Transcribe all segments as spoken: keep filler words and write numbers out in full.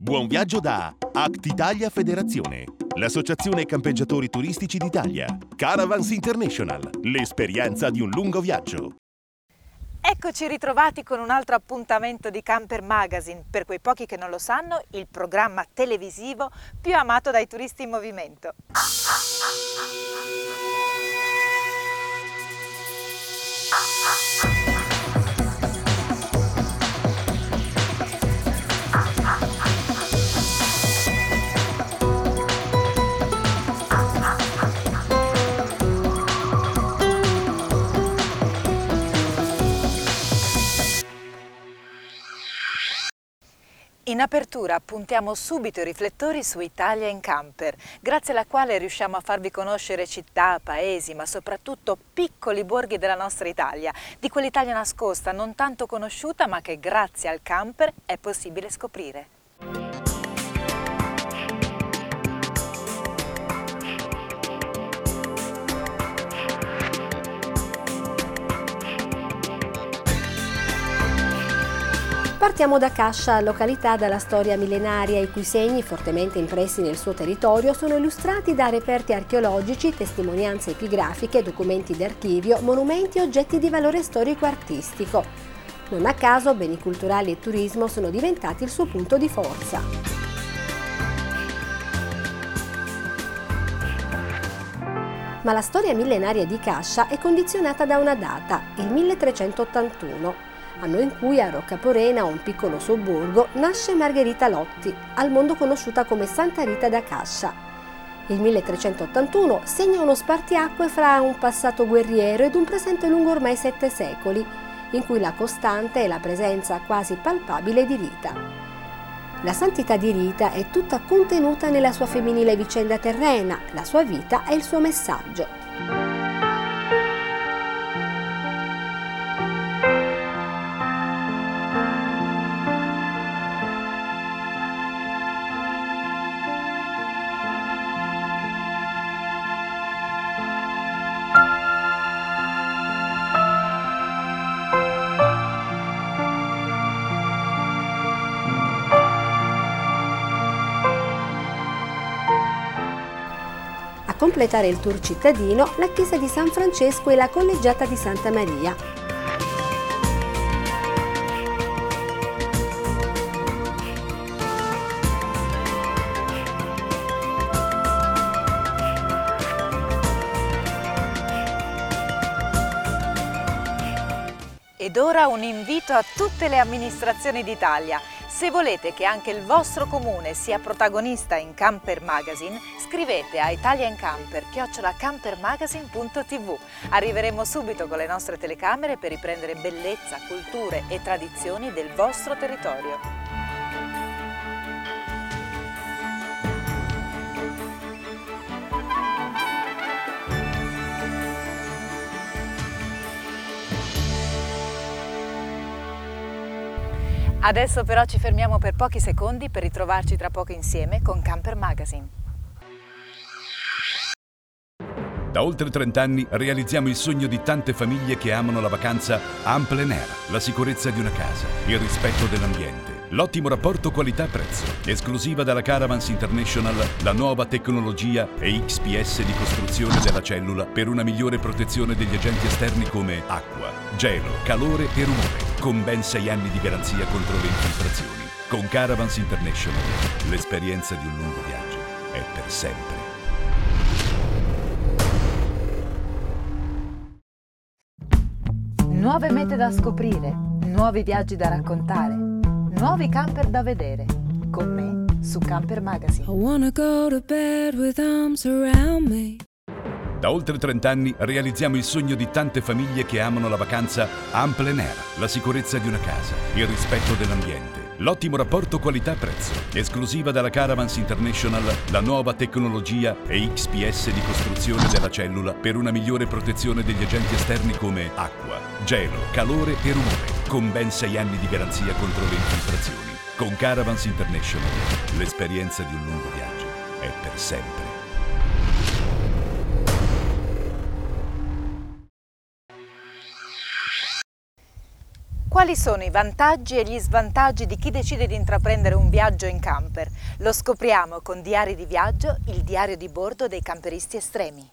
Buon viaggio da Act Italia Federazione, l'associazione campeggiatori turistici d'Italia. Caravans International, l'esperienza di un lungo viaggio. Eccoci ritrovati con un altro appuntamento di Camper Magazine, per quei pochi che non lo sanno, il programma televisivo più amato dai turisti in movimento. In apertura puntiamo subito i riflettori su Italia in Camper, grazie alla quale riusciamo a farvi conoscere città, paesi, ma soprattutto piccoli borghi della nostra Italia, di quell'Italia nascosta, non tanto conosciuta, ma che grazie al camper è possibile scoprire. Partiamo da Cascia, località dalla storia millenaria, i cui segni, fortemente impressi nel suo territorio, sono illustrati da reperti archeologici, testimonianze epigrafiche, documenti d'archivio, monumenti e oggetti di valore storico-artistico. Non a caso, beni culturali e turismo sono diventati il suo punto di forza. Ma la storia millenaria di Cascia è condizionata da una data, il milletrecentottantuno. Anno in cui a Roccaporena, un piccolo sobborgo, nasce Margherita Lotti, al mondo conosciuta come Santa Rita da Cascia. Il milletrecentottantuno segna uno spartiacque fra un passato guerriero ed un presente lungo ormai sette secoli, in cui la costante è la presenza quasi palpabile di Rita. La santità di Rita è tutta contenuta nella sua femminile vicenda terrena, la sua vita e il suo messaggio. A completare il tour cittadino, la chiesa di San Francesco e la collegiata di Santa Maria. Ed ora un invito a tutte le amministrazioni d'Italia. Se volete che anche il vostro comune sia protagonista in Camper Magazine, scrivete a italiancamper chiocciola campermagazine punto tv. Arriveremo subito con le nostre telecamere per riprendere bellezza, culture e tradizioni del vostro territorio. Adesso però ci fermiamo per pochi secondi per ritrovarci tra poco insieme con Camper Magazine. Da oltre trenta anni realizziamo il sogno di tante famiglie che amano la vacanza en plein air, la sicurezza di una casa, il rispetto dell'ambiente, l'ottimo rapporto qualità-prezzo. Esclusiva dalla Caravans International, la nuova tecnologia E X P S di costruzione della cellula per una migliore protezione degli agenti esterni come acqua, gelo, calore e rumore, con ben sei anni di garanzia contro le infiltrazioni. Con Caravans International, l'esperienza di un lungo viaggio è per sempre. Nuove mete da scoprire, nuovi viaggi da raccontare, nuovi camper da vedere. Con me su Camper Magazine. I wanna go to bed with arms around me. Da oltre trenta anni realizziamo il sogno di tante famiglie che amano la vacanza en plein air, la sicurezza di una casa, il rispetto dell'ambiente, l'ottimo rapporto qualità-prezzo. Esclusiva dalla Caravans International, la nuova tecnologia E X P S di costruzione della cellula per una migliore protezione degli agenti esterni come acqua, gelo, calore e rumore, con ben sei anni di garanzia contro le infiltrazioni. Con Caravans International, l'esperienza di un lungo viaggio è per sempre. Qual Quali sono i vantaggi e gli svantaggi di chi decide di intraprendere un viaggio in camper? Lo scopriamo con Diari di Viaggio, il diario di bordo dei camperisti estremi.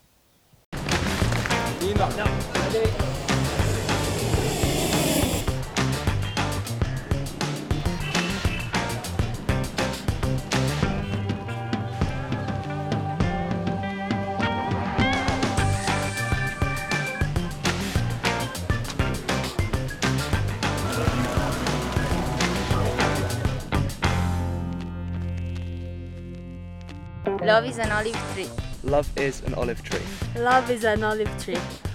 Love is an olive tree. Love is an olive tree. Love is an olive tree.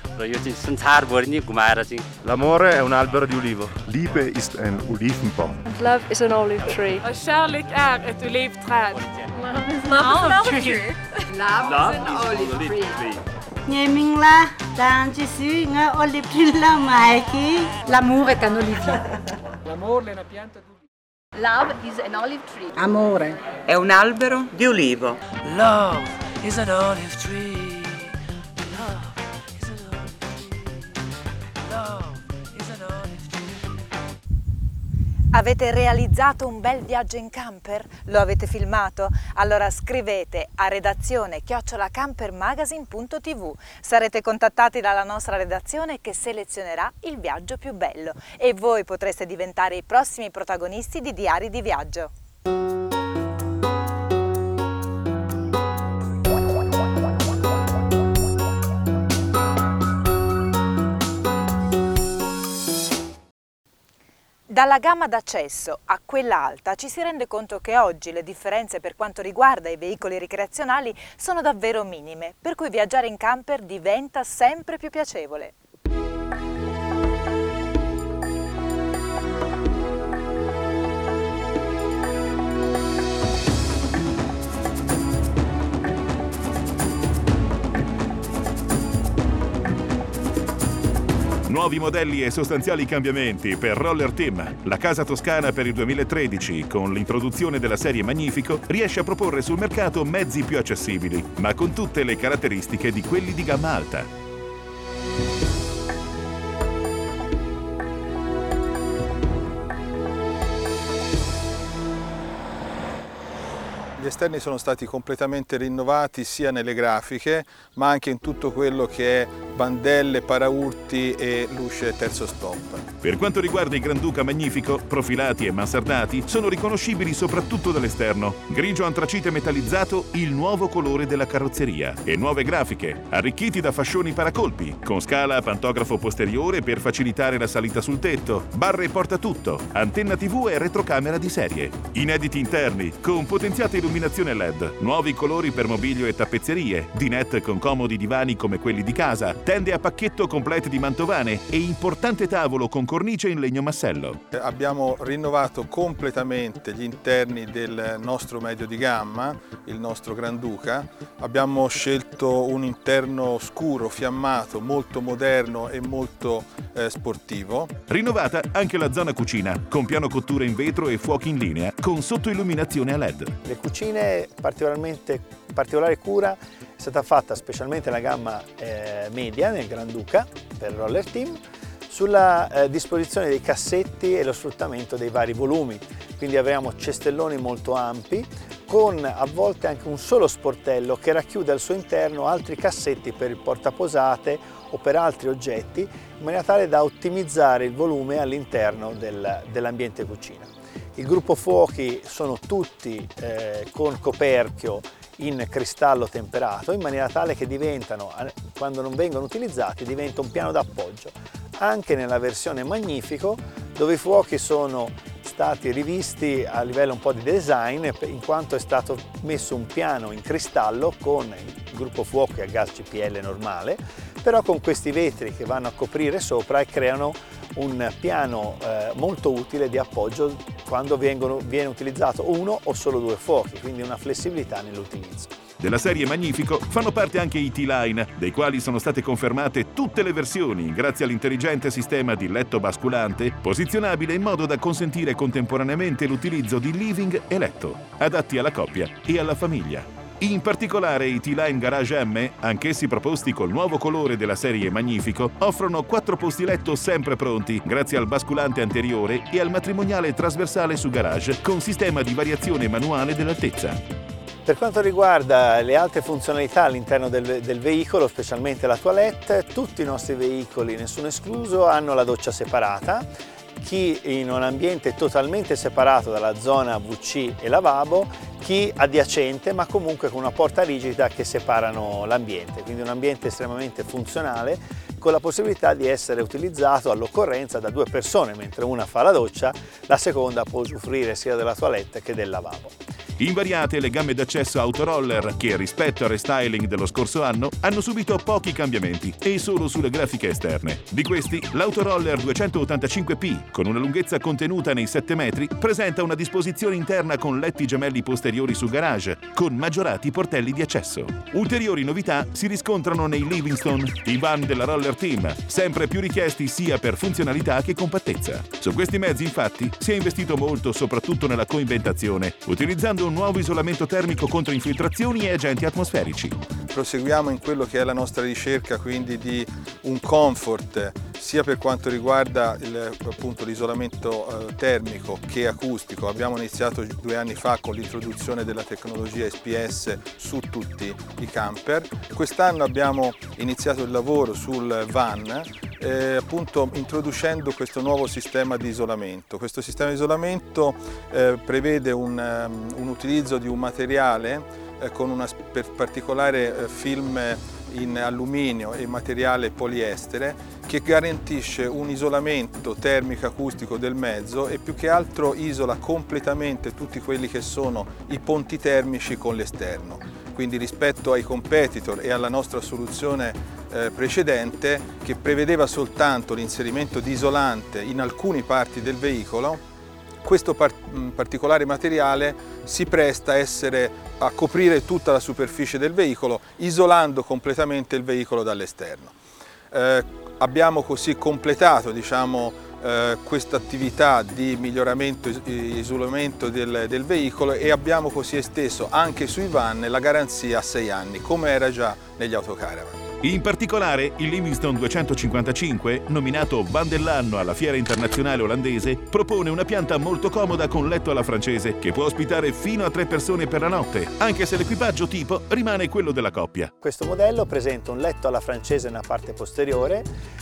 L'amore è un albero di ulivo. Liebe ist ein Olivenbaum. Love is an olive tree. Kärlek är ett olivträd. Love is an olive tree. Love is an olive tree. Nyemingla, danci nga olive tree la maiki. L'amore è un olive. L'amore è una pianta di Love is an olive tree. Amore è un albero di ulivo. Love is an olive tree. Love is an olive tree. Love is an olive tree. Avete realizzato un bel viaggio in camper? Lo avete filmato? Allora scrivete a redazione chiocciola campermagazine punto tv. Sarete contattati dalla nostra redazione che selezionerà il viaggio più bello e voi potreste diventare i prossimi protagonisti di Diari di Viaggio. Dalla gamma d'accesso a quella alta ci si rende conto che oggi le differenze per quanto riguarda i veicoli ricreazionali sono davvero minime, per cui viaggiare in camper diventa sempre più piacevole. Nuovi modelli e sostanziali cambiamenti per Roller Team. La casa toscana per il duemilatredici, con l'introduzione della serie Magnifico, riesce a proporre sul mercato mezzi più accessibili, ma con tutte le caratteristiche di quelli di gamma alta. Gli esterni sono stati completamente rinnovati sia nelle grafiche ma anche in tutto quello che è bandelle, paraurti e luce terzo stop. Per quanto riguarda i Granduca Magnifico, profilati e mansardati, sono riconoscibili soprattutto dall'esterno. Grigio antracite metallizzato, il nuovo colore della carrozzeria. E nuove grafiche, arricchiti da fascioni paracolpi, con scala a pantografo posteriore per facilitare la salita sul tetto, barre portatutto, antenna tivù e retrocamera di serie. Inediti interni, con potenziata illuminazione L E D, nuovi colori per mobilio e tappezzerie, dinette con comodi divani come quelli di casa, tende a pacchetto complete di mantovane e importante tavolo con cornice in legno massello. Abbiamo rinnovato completamente gli interni del nostro medio di gamma, il nostro Granduca. Abbiamo scelto un interno scuro, fiammato, molto moderno e molto eh, sportivo. Rinnovata anche la zona cucina, con piano cottura in vetro e fuochi in linea, con sottoilluminazione a L E D. Le cucine, particolarmente particolare cura è stata fatta specialmente nella gamma eh, media, nel Granduca, per il Roller Team, sulla eh, disposizione dei cassetti e lo sfruttamento dei vari volumi. Quindi avevamo cestelloni molto ampi, con a volte anche un solo sportello che racchiude al suo interno altri cassetti per il portaposate o per altri oggetti, in maniera tale da ottimizzare il volume all'interno del, dell'ambiente cucina. Il gruppo fuochi sono tutti eh, con coperchio in cristallo temperato, in maniera tale che diventano, quando non vengono utilizzati, diventa un piano d'appoggio. Anche nella versione Magnifico, dove i fuochi sono stati rivisti a livello un po' di design, in quanto è stato messo un piano in cristallo con il gruppo fuochi a gas C P L normale, però con questi vetri che vanno a coprire sopra e creano un piano eh, molto utile di appoggio quando vengono, viene utilizzato uno o solo due fuochi, quindi una flessibilità nell'utilizzo. Della serie Magnifico fanno parte anche i T-Line, dei quali sono state confermate tutte le versioni grazie all'intelligente sistema di letto basculante, posizionabile in modo da consentire contemporaneamente l'utilizzo di living e letto, adatti alla coppia e alla famiglia. In particolare i T-Line Garage M, anch'essi proposti col nuovo colore della serie Magnifico, offrono quattro posti letto sempre pronti grazie al basculante anteriore e al matrimoniale trasversale su garage con sistema di variazione manuale dell'altezza. Per quanto riguarda le altre funzionalità all'interno del, del veicolo, specialmente la toilette, tutti i nostri veicoli, nessuno escluso, hanno la doccia separata. Chi in un ambiente totalmente separato dalla zona V C e lavabo, chi adiacente ma comunque con una porta rigida che separano l'ambiente, quindi un ambiente estremamente funzionale con la possibilità di essere utilizzato all'occorrenza da due persone, mentre una fa la doccia, la seconda può usufruire sia della toilette che del lavabo. Invariate le gamme d'accesso Autoroller che rispetto al restyling dello scorso anno hanno subito pochi cambiamenti e solo sulle grafiche esterne. Di questi l'Autoroller duecentottantacinque P con una lunghezza contenuta nei sette metri presenta una disposizione interna con letti gemelli posteriori su garage con maggiorati portelli di accesso. Ulteriori novità si riscontrano nei Livingstone, i van della Roller Team, sempre più richiesti sia per funzionalità che compattezza. Su questi mezzi infatti si è investito molto soprattutto nella coinventazione, utilizzando un nuovo isolamento termico contro infiltrazioni e agenti atmosferici. Proseguiamo in quello che è la nostra ricerca quindi di un comfort sia per quanto riguarda il, appunto, l'isolamento eh, termico che acustico. Abbiamo iniziato due anni fa con l'introduzione della tecnologia S P S su tutti i camper. Quest'anno abbiamo iniziato il lavoro sul van eh, appunto introducendo questo nuovo sistema di isolamento. Questo sistema di isolamento eh, prevede un, um, un utilizzo di un materiale eh, con una per particolare eh, film in alluminio e materiale poliestere che garantisce un isolamento termico acustico del mezzo e più che altro isola completamente tutti quelli che sono i ponti termici con l'esterno. Quindi rispetto ai competitor e alla nostra soluzione eh, precedente che prevedeva soltanto l'inserimento di isolante in alcune parti del veicolo, questo par particolare materiale si presta a, essere, a coprire tutta la superficie del veicolo, isolando completamente il veicolo dall'esterno. Eh, abbiamo così completato diciamo, eh, questa attività di miglioramento e isolamento del, del veicolo e abbiamo così esteso anche sui van la garanzia a sei anni, come era già negli autocaravan. In particolare, il Livingstone duecentocinquantacinque, nominato Van dell'anno alla Fiera Internazionale Olandese, propone una pianta molto comoda con letto alla francese che può ospitare fino a tre persone per la notte, anche se l'equipaggio tipo rimane quello della coppia. Questo modello presenta un letto alla francese nella parte posteriore,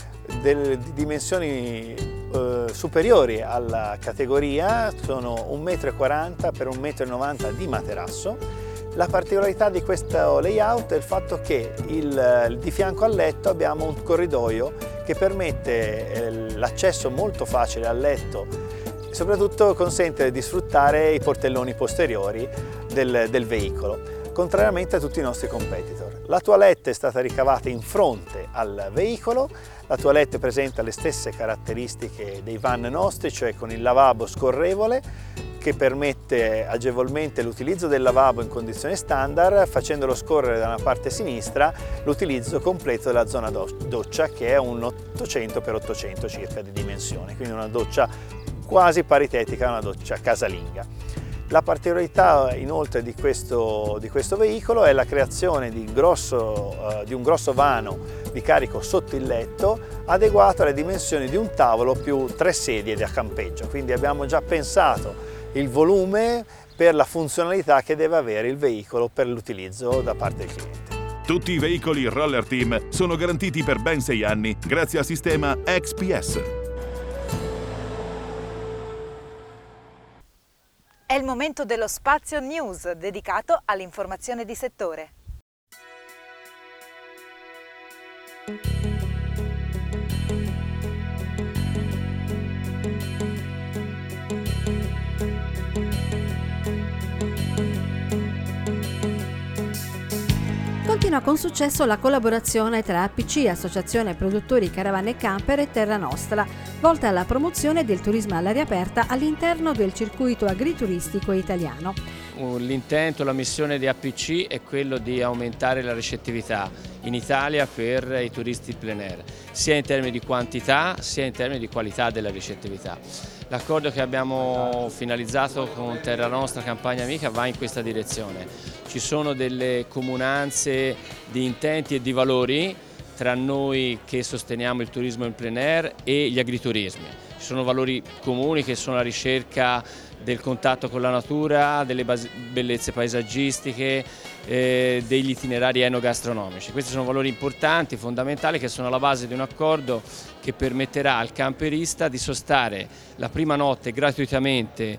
delle dimensioni eh, superiori alla categoria, sono un metro e quaranta per un metro e novanta di materasso. La particolarità di questo layout è il fatto che il, di fianco al letto abbiamo un corridoio che permette eh, l'accesso molto facile al letto e soprattutto consente di sfruttare i portelloni posteriori del, del veicolo, contrariamente a tutti i nostri competitor. La toilette è stata ricavata in fronte al veicolo, la toilette presenta le stesse caratteristiche dei van nostri, cioè con il lavabo scorrevole, che permette agevolmente l'utilizzo del lavabo in condizioni standard, facendolo scorrere da una parte sinistra l'utilizzo completo della zona doccia, che è un ottocento per ottocento circa di dimensione, quindi una doccia quasi paritetica a una doccia casalinga. La particolarità inoltre di questo, di questo veicolo è la creazione di, grosso, uh, di un grosso vano di carico sotto il letto adeguato alle dimensioni di un tavolo più tre sedie da campeggio, quindi abbiamo già pensato il volume per la funzionalità che deve avere il veicolo per l'utilizzo da parte del cliente. Tutti i veicoli Roller Team sono garantiti per ben sei anni grazie al sistema X P S. È il momento dello Spazio News dedicato all'informazione di settore. Continua con successo la collaborazione tra A P C, Associazione Produttori Caravane e Camper, e Terra Nostra, volta alla promozione del turismo all'aria aperta all'interno del circuito agrituristico italiano. L'intento, la missione di A P C è quello di aumentare la ricettività in Italia per i turisti plein air, sia in termini di quantità sia in termini di qualità della ricettività. L'accordo che abbiamo finalizzato con Terra Nostra Campagna Amica va in questa direzione. Ci sono delle comunanze di intenti e di valori tra noi che sosteniamo il turismo in plein air e gli agriturismi. Ci sono valori comuni che sono la ricerca del contatto con la natura, delle bellezze paesaggistiche, eh, degli itinerari enogastronomici. Questi sono valori importanti, fondamentali, che sono alla base di un accordo che permetterà al camperista di sostare la prima notte gratuitamente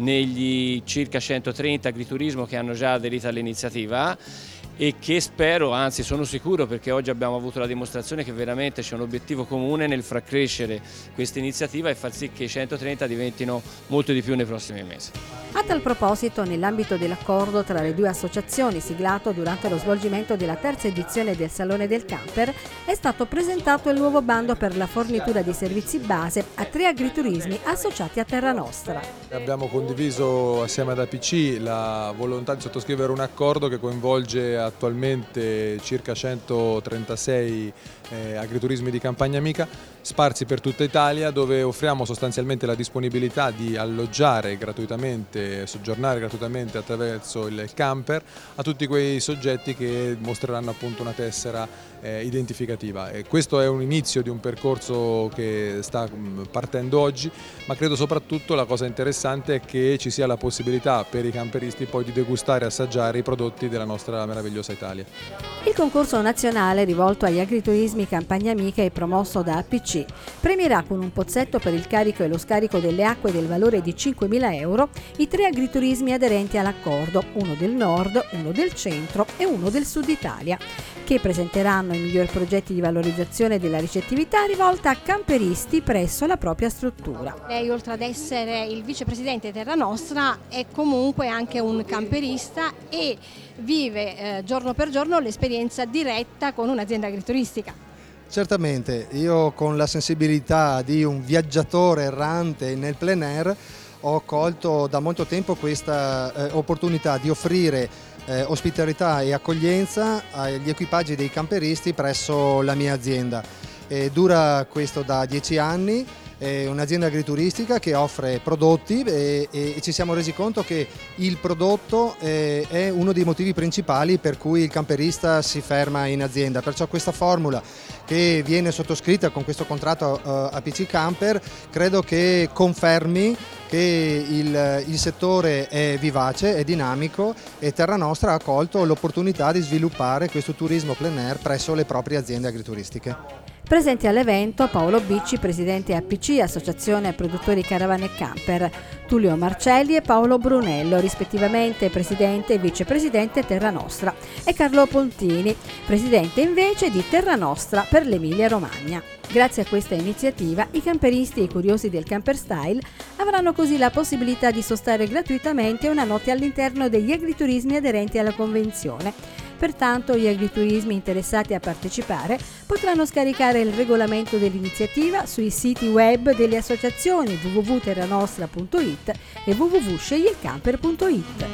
negli circa centotrenta agriturismo che hanno già aderito all'iniziativa e che spero, anzi sono sicuro, perché oggi abbiamo avuto la dimostrazione che veramente c'è un obiettivo comune nel far crescere questa iniziativa e far sì che i centotrenta diventino molto di più nei prossimi mesi. A tal proposito, nell'ambito dell'accordo tra le due associazioni siglato durante lo svolgimento della terza edizione del Salone del Camper, è stato presentato il nuovo bando per la fornitura di servizi base a tre agriturismi associati a Terra Nostra. Abbiamo condiviso assieme ad A P C la volontà di sottoscrivere un accordo che coinvolge attualmente circa centotrentasei eh, agriturismi di Campagna Amica sparsi per tutta Italia, dove offriamo sostanzialmente la disponibilità di alloggiare gratuitamente, soggiornare gratuitamente attraverso il camper a tutti quei soggetti che mostreranno appunto una tessera eh, identificativa. E questo è un inizio di un percorso che sta partendo oggi, ma credo soprattutto la cosa interessante è che ci sia la possibilità per i camperisti poi di degustare e assaggiare i prodotti della nostra meravigliosa Italia. Il concorso nazionale rivolto agli agriturismi Campagna Amica e promosso da A P C premierà con un pozzetto per il carico e lo scarico delle acque del valore di cinquemila euro i tre agriturismi aderenti all'accordo, uno del nord, uno del centro e uno del sud Italia, che presenteranno i migliori progetti di valorizzazione della ricettività rivolta a camperisti presso la propria struttura. Lei, oltre ad essere il vicepresidente Terra Nostra, è comunque anche un camperista e vive eh, giorno per giorno l'esperienza diretta con un'azienda agrituristica. Certamente, io con la sensibilità di un viaggiatore errante nel plein air ho colto da molto tempo questa eh, opportunità di offrire eh, ospitalità e accoglienza agli equipaggi dei camperisti presso la mia azienda. E dura questo da dieci anni. È un'azienda agrituristica che offre prodotti e, e ci siamo resi conto che il prodotto è, è uno dei motivi principali per cui il camperista si ferma in azienda, perciò questa formula che viene sottoscritta con questo contratto uh, A P C Camper credo che confermi che il, il settore è vivace, è dinamico e Terra Nostra ha colto l'opportunità di sviluppare questo turismo plein air presso le proprie aziende agrituristiche. Presenti all'evento Paolo Bicci, presidente A P C, Associazione Produttori Caravane e Camper, Tullio Marcelli e Paolo Brunello, rispettivamente presidente e vicepresidente Terra Nostra, e Carlo Pontini, presidente invece di Terra Nostra per l'Emilia Romagna. Grazie a questa iniziativa i camperisti e i curiosi del camper style avranno così la possibilità di sostare gratuitamente una notte all'interno degli agriturismi aderenti alla convenzione. Pertanto gli agriturismi interessati a partecipare potranno scaricare il regolamento dell'iniziativa sui siti web delle associazioni w w w punto terranostra punto i t e w w w punto scegli il camper punto i t.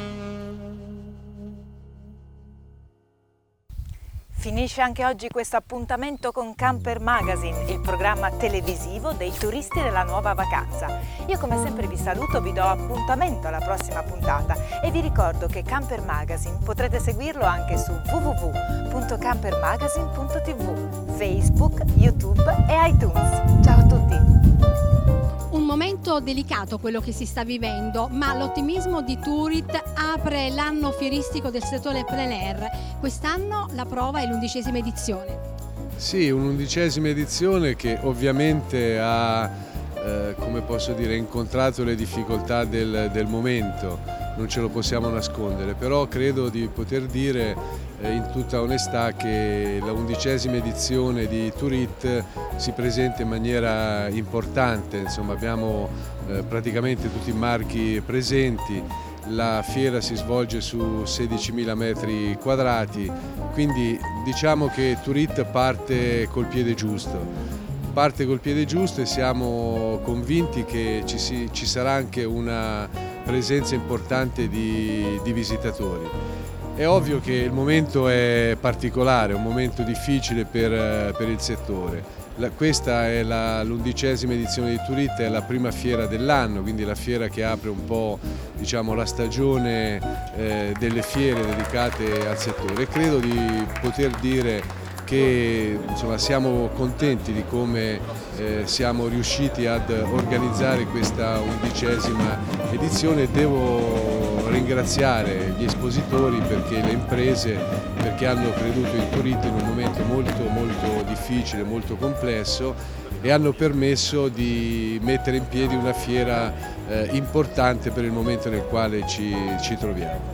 Finisce anche oggi questo appuntamento con Camper Magazine, il programma televisivo dei turisti della nuova vacanza. Io come sempre vi saluto, vi do appuntamento alla prossima puntata e vi ricordo che Camper Magazine potrete seguirlo anche su w w w punto campermagazine punto t v, Facebook, YouTube e iTunes. Ciao a tutti! Un momento delicato quello che si sta vivendo, ma l'ottimismo di Turit apre l'anno fieristico del settore plein air. Quest'anno la prova è l'undicesima edizione. Sì, un'undicesima edizione che ovviamente ha, eh, come posso dire, incontrato le difficoltà del, del momento, non ce lo possiamo nascondere, però credo di poter dire in tutta onestà che la undicesima edizione di Turit si presenta in maniera importante, insomma abbiamo eh, praticamente tutti i marchi presenti, la fiera si svolge su sedicimila metri quadrati, quindi diciamo che Turit parte col piede giusto. Parte col piede giusto e siamo convinti che ci, si, ci sarà anche una presenza importante di, di visitatori. È ovvio che il momento è particolare, è un momento difficile per, per il settore. La, questa è la, l'undicesima edizione di Turit, è la prima fiera dell'anno, quindi la fiera che apre un po', diciamo, la stagione eh, delle fiere dedicate al settore. Credo di poter dire che insomma, siamo contenti di come eh, siamo riusciti ad organizzare questa undicesima edizione. Devo ringraziare gli espositori perché le imprese, perché hanno creduto in Turit in un momento molto molto difficile, molto complesso, e hanno permesso di mettere in piedi una fiera eh, importante per il momento nel quale ci, ci troviamo.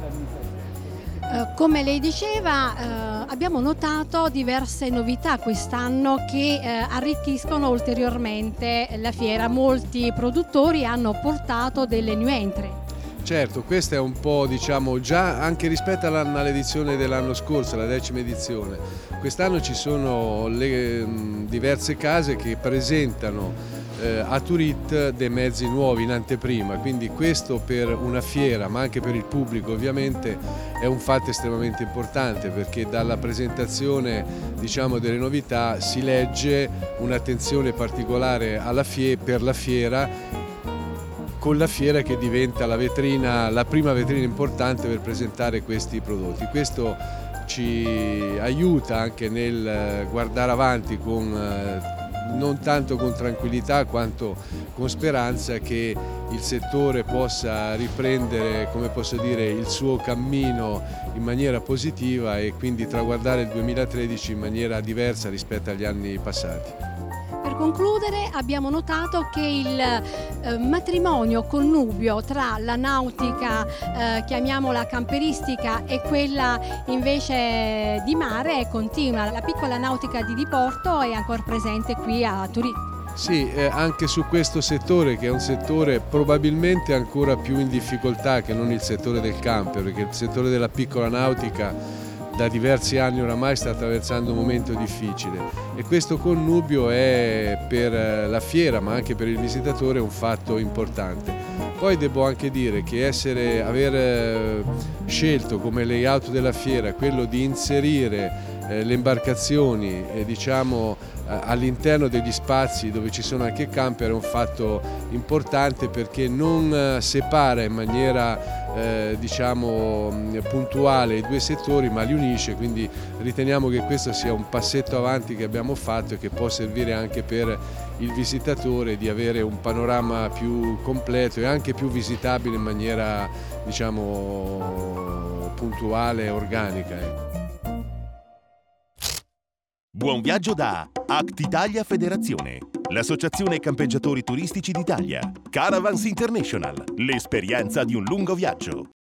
Uh, come lei diceva, uh, abbiamo notato diverse novità quest'anno che uh, arricchiscono ulteriormente la fiera. Molti produttori hanno portato delle new entry. Certo, questa è un po', diciamo, già anche rispetto all'edizione dell'anno scorso, la decima edizione. Quest'anno ci sono le mh, diverse case che presentano eh, a Turit dei mezzi nuovi in anteprima, quindi questo per una fiera, ma anche per il pubblico ovviamente, è un fatto estremamente importante, perché dalla presentazione, diciamo, delle novità si legge un'attenzione particolare alla fie- per la fiera, con la fiera che diventa la vetrina, la prima vetrina importante per presentare questi prodotti. Questo ci aiuta anche nel guardare avanti con, non tanto con tranquillità quanto con speranza che il settore possa riprendere, come posso dire, il suo cammino in maniera positiva e quindi traguardare il duemilatredici in maniera diversa rispetto agli anni passati. Per concludere, abbiamo notato che il eh, matrimonio connubio tra la nautica, eh, chiamiamola camperistica, e quella invece di mare continua. La piccola nautica di diporto è ancora presente qui a Turit. Sì, eh, anche su questo settore, che è un settore probabilmente ancora più in difficoltà che non il settore del camper, perché il settore della piccola nautica da diversi anni oramai sta attraversando un momento difficile, e questo connubio è per la fiera ma anche per il visitatore un fatto importante. Poi devo anche dire che essere, aver scelto come layout della fiera quello di inserire eh, le imbarcazioni eh, diciamo, eh, all'interno degli spazi dove ci sono anche camper è un fatto importante, perché non eh, separa in maniera Eh, diciamo puntuale i due settori, ma li unisce, quindi riteniamo che questo sia un passetto avanti che abbiamo fatto e che può servire anche per il visitatore di avere un panorama più completo e anche più visitabile in maniera, diciamo, puntuale e organica. Buon viaggio da Act Italia Federazione, l'associazione campeggiatori turistici d'Italia. Caravans International, l'esperienza di un lungo viaggio.